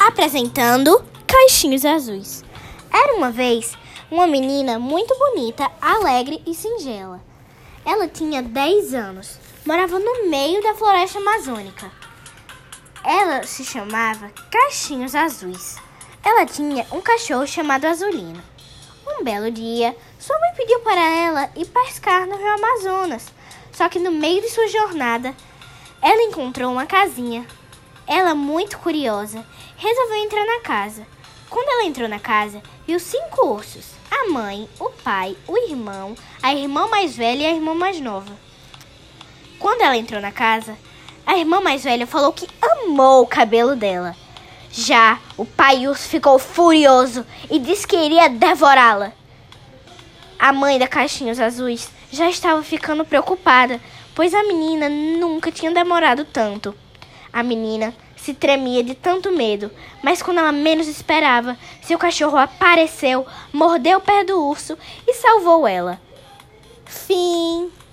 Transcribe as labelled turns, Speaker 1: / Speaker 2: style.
Speaker 1: Apresentando Caixinhos Azuis. Era uma vez uma menina muito bonita, alegre e singela. Ela tinha 10 anos, morava no meio da floresta amazônica. Ela se chamava Caixinhos Azuis. Ela tinha um cachorro chamado Azulino. Um belo dia, sua mãe pediu para ela ir pescar no Rio Amazonas. Só que no meio de sua jornada, ela encontrou uma casinha. Ela, muito curiosa, resolveu entrar na casa. Quando ela entrou na casa, viu 5 ursos: a mãe, o pai, o irmão, a irmã mais velha e a irmã mais nova. Quando ela entrou na casa, a irmã mais velha falou que amou o cabelo dela. Já o pai urso ficou furioso e disse que iria devorá-la. A mãe da Caixinhos Azuis já estava ficando preocupada, pois a menina nunca tinha demorado tanto. A menina se tremia de tanto medo, mas quando ela menos esperava, seu cachorro apareceu, mordeu o pé do urso e salvou ela. Fim.